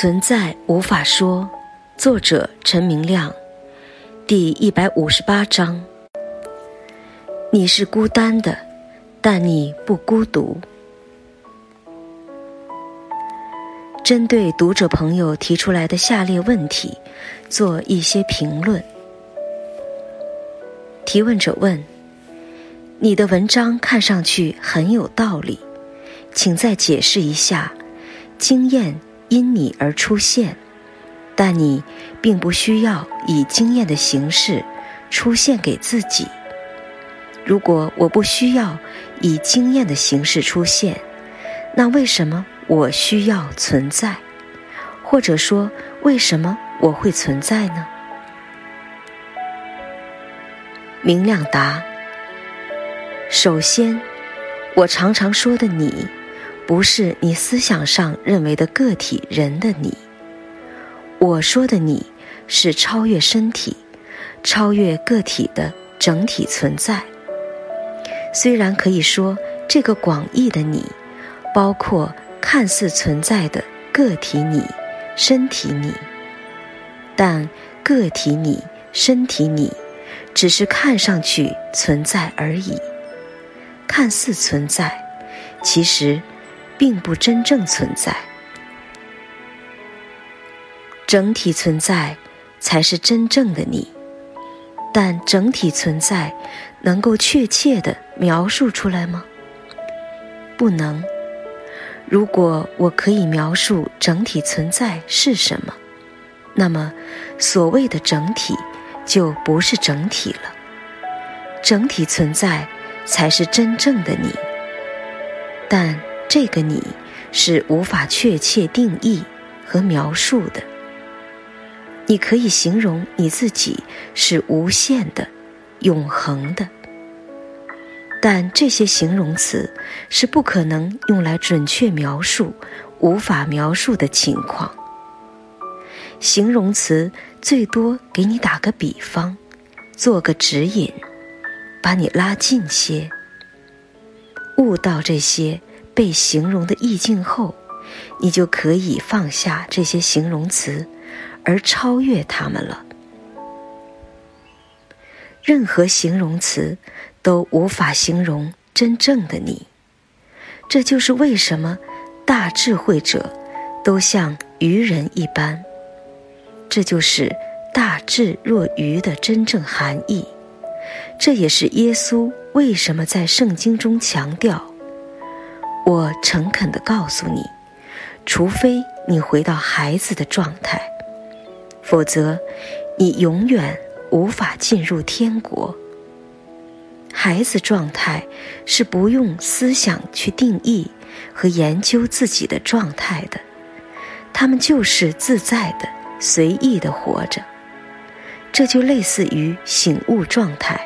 存在无法说，作者陈明亮，第158章。你是孤单的，但你不孤独。针对读者朋友提出来的下列问题做一些评论。提问者问：你的文章看上去很有道理，请再解释一下，经验因你而出现，但你并不需要以经验的形式出现给自己。如果我不需要以经验的形式出现，那为什么我需要存在？或者说，为什么我会存在呢？明亮答：首先，我常常说的你，不是你思想上认为的个体人的你。我说的你是超越身体、超越个体的整体存在。虽然可以说这个广义的你包括看似存在的个体你、身体你，但个体你、身体你只是看上去存在而已，看似存在，其实并不真正存在。整体存在才是真正的你，但整体存在能够确切地描述出来吗？不能。如果我可以描述整体存在是什么，那么所谓的整体就不是整体了。整体存在才是真正的你，但这个你是无法确切定义和描述的。你可以形容你自己是无限的、永恒的，但这些形容词是不可能用来准确描述无法描述的情况。形容词最多给你打个比方，做个指引，把你拉近些。悟到这些被形容的意境后，你就可以放下这些形容词，而超越它们了。任何形容词都无法形容真正的你。这就是为什么大智慧者都像愚人一般。这就是大智若愚的真正含义。这也是耶稣为什么在圣经中强调：我诚恳地告诉你，除非你回到孩子的状态，否则你永远无法进入天国。孩子状态是不用思想去定义和研究自己的状态的，他们就是自在的、随意地活着。这就类似于醒悟状态。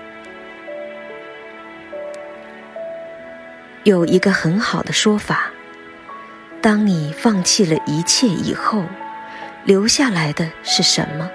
有一个很好的说法：当你放弃了一切以后，留下来的是什么？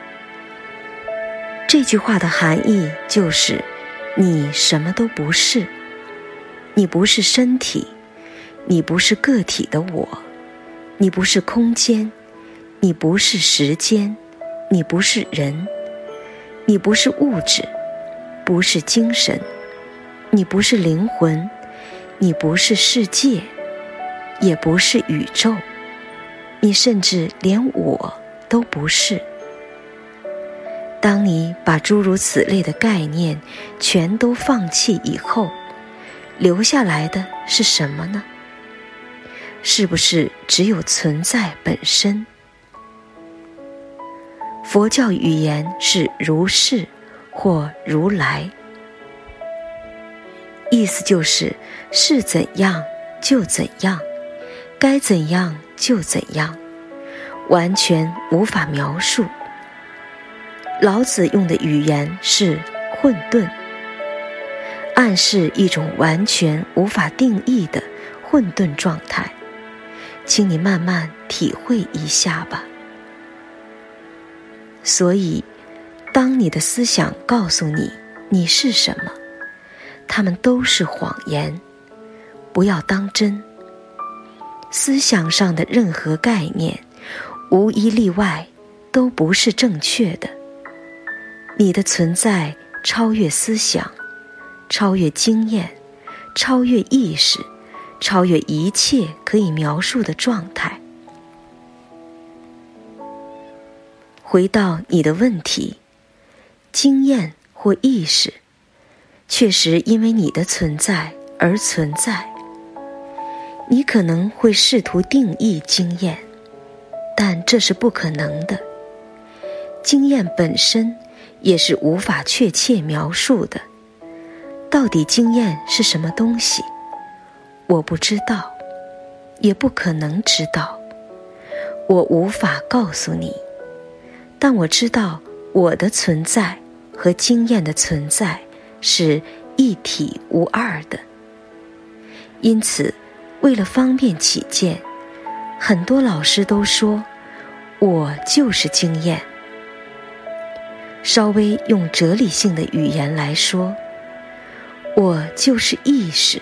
这句话的含义就是你什么都不是。你不是身体，你不是个体的我，你不是空间，你不是时间，你不是人，你不是物质，不是精神，你不是灵魂，你不是世界，也不是宇宙，你甚至连我都不是。当你把诸如此类的概念全都放弃以后，留下来的是什么呢？是不是只有存在本身？佛教语言是如是或如来，意思就是是怎样就怎样，该怎样就怎样，完全无法描述。老子用的语言是混沌，暗示一种完全无法定义的混沌状态，请你慢慢体会一下吧。所以，当你的思想告诉你你是什么，它们都是谎言，不要当真。思想上的任何概念无一例外都不是正确的。你的存在超越思想，超越经验，超越意识，超越一切可以描述的状态。回到你的问题，经验或意识确实因为你的存在而存在。你可能会试图定义经验，但这是不可能的。经验本身也是无法确切描述的。到底经验是什么东西？我不知道，也不可能知道。我无法告诉你，但我知道我的存在和经验的存在是一体无二的。因此，为了方便起见，很多老师都说，我就是经验。稍微用哲理性的语言来说，我就是意识。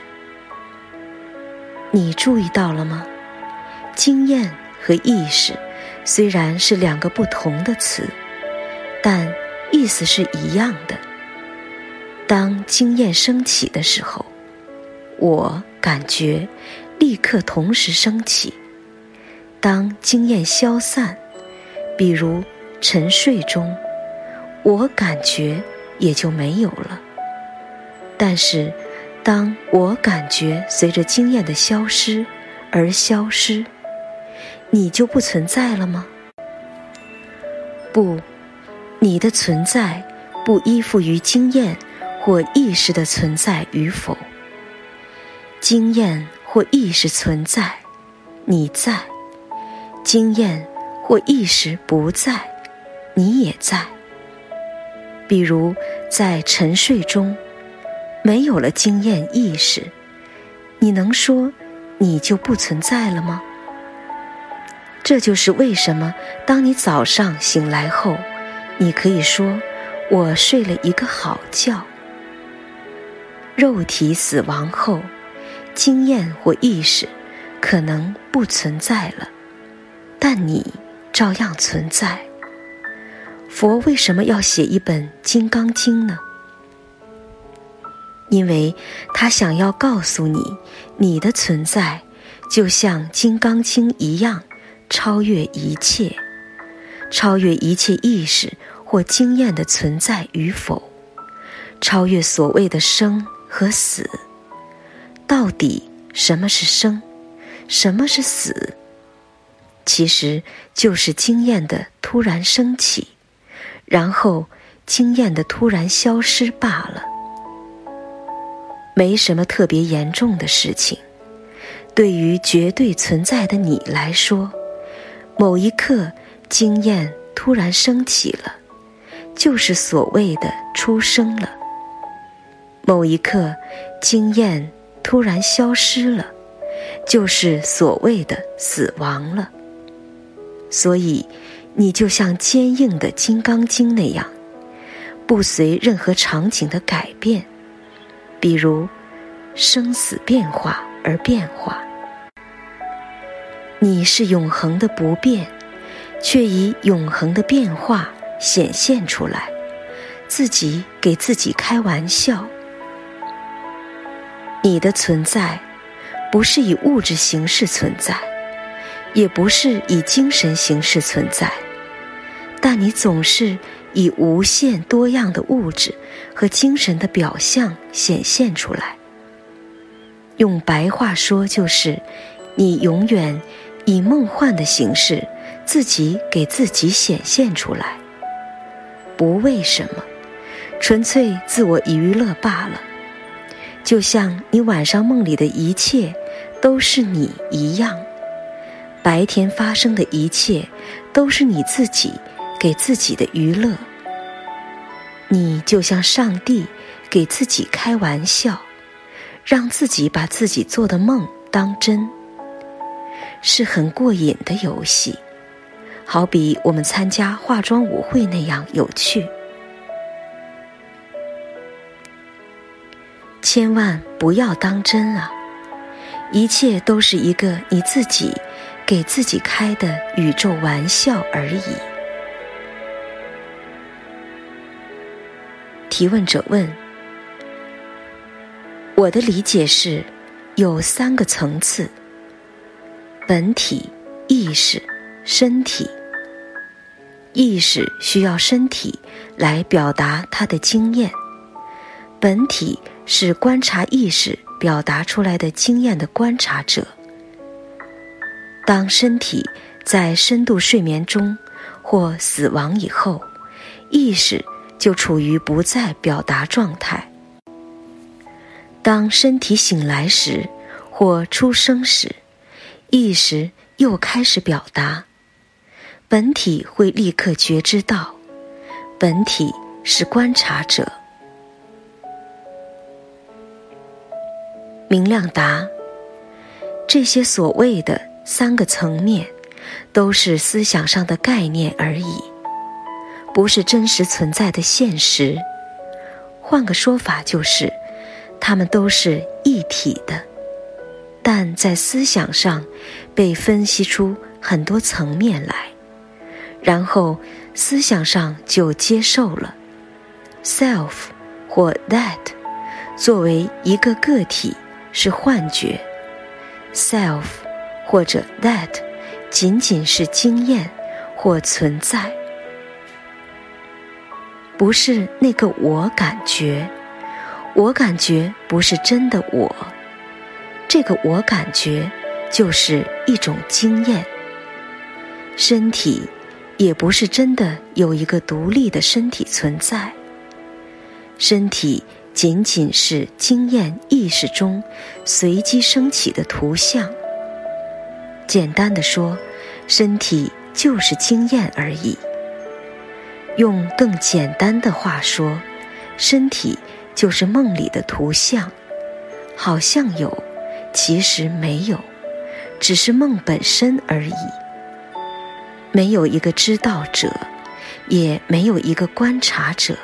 你注意到了吗？经验和意识虽然是两个不同的词，但意思是一样的。当经验升起的时候，我感觉立刻同时升起。当经验消散，比如沉睡中，我感觉也就没有了。但是当我感觉随着经验的消失而消失，你就不存在了吗？不，你的存在不依附于经验或意识的存在与否。经验或意识存在，你在；经验或意识不在，你也在。比如在沉睡中，没有了经验意识，你能说你就不存在了吗？这就是为什么当你早上醒来后，你可以说我睡了一个好觉。肉体死亡后，经验或意识可能不存在了，但你照样存在。佛为什么要写一本《金刚经》呢？因为他想要告诉你，你的存在就像《金刚经》一样，超越一切，超越一切意识或经验的存在与否，超越所谓的生和死。到底什么是生，什么是死？其实就是经验的突然升起，然后经验的突然消失罢了。没什么特别严重的事情。对于绝对存在的你来说，某一刻经验突然升起了，就是所谓的出生了。某一刻经验突然消失了，就是所谓的死亡了。所以你就像坚硬的金刚经那样，不随任何场景的改变，比如生死变化而变化。你是永恒的不变，却以永恒的变化显现出来，自己给自己开玩笑。你的存在不是以物质形式存在，也不是以精神形式存在，但你总是以无限多样的物质和精神的表象显现出来。用白话说，就是你永远以梦幻的形式自己给自己显现出来，不为什么，纯粹自我娱乐罢了。就像你晚上梦里的一切都是你一样，白天发生的一切都是你自己给自己的娱乐。你就像上帝给自己开玩笑，让自己把自己做的梦当真，是很过瘾的游戏，好比我们参加化妆舞会那样有趣。千万不要当真啊！一切都是一个你自己给自己开的宇宙玩笑而已。提问者问：我的理解是，有3个层次：本体、意识、身体。意识需要身体来表达它的经验，本体是观察意识表达出来的经验的观察者。当身体在深度睡眠中或死亡以后，意识就处于不再表达状态。当身体醒来时或出生时，意识又开始表达。本体会立刻觉知到，本体是观察者。明亮答：这些所谓的3个层面，都是思想上的概念而已，不是真实存在的现实。换个说法就是，它们都是一体的，但在思想上被分析出很多层面来。然后思想上就接受了 self 或 that 作为一个个体是幻觉， self 或者 that 仅仅是经验或存在，不是那个我感觉。我感觉不是真的我，这个我感觉就是一种经验。身体也不是真的有一个独立的身体存在，身体仅仅是经验意识中随机升起的图像。简单的说，身体就是经验而已。用更简单的话说，身体就是梦里的图像，好像有，其实没有，只是梦本身而已。没有一个知道者，也没有一个观察者。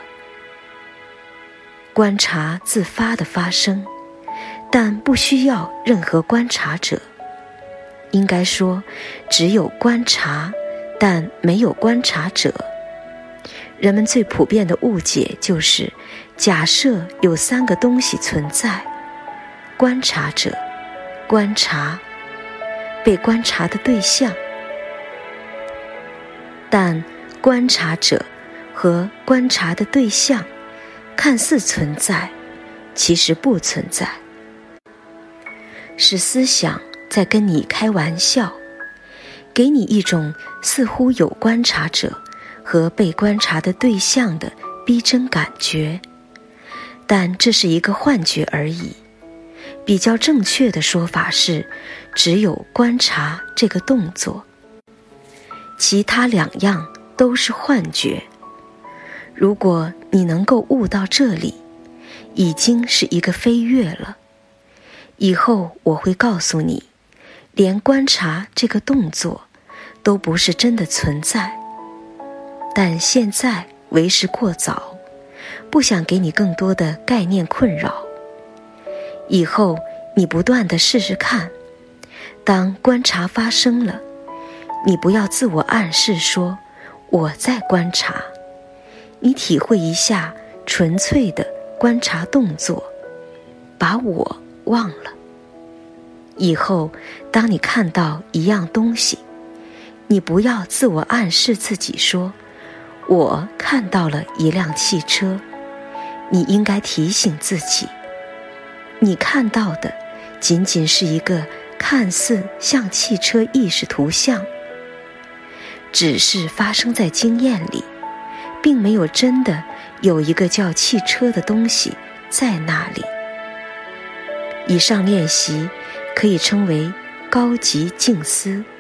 观察自发的发生，但不需要任何观察者。应该说，只有观察，但没有观察者。人们最普遍的误解就是，假设有3个东西存在：观察者、观察、被观察的对象。但观察者和观察的对象看似存在，其实不存在。是思想在跟你开玩笑，给你一种似乎有观察者和被观察的对象的逼真感觉，但这是一个幻觉而已。比较正确的说法是，只有观察这个动作，其他2样都是幻觉。如果你能够悟到这里，已经是一个飞跃了。以后我会告诉你，连观察这个动作都不是真的存在。但现在为时过早，不想给你更多的概念困扰。以后你不断地试试看，当观察发生了，你不要自我暗示说我在观察，你体会一下纯粹的观察动作，把我忘了。以后当你看到一样东西，你不要自我暗示自己说我看到了一辆汽车，你应该提醒自己，你看到的仅仅是一个看似像汽车意识图像，只是发生在经验里，并没有真的有一个叫汽车的东西在那里。以上练习可以称为高级静思。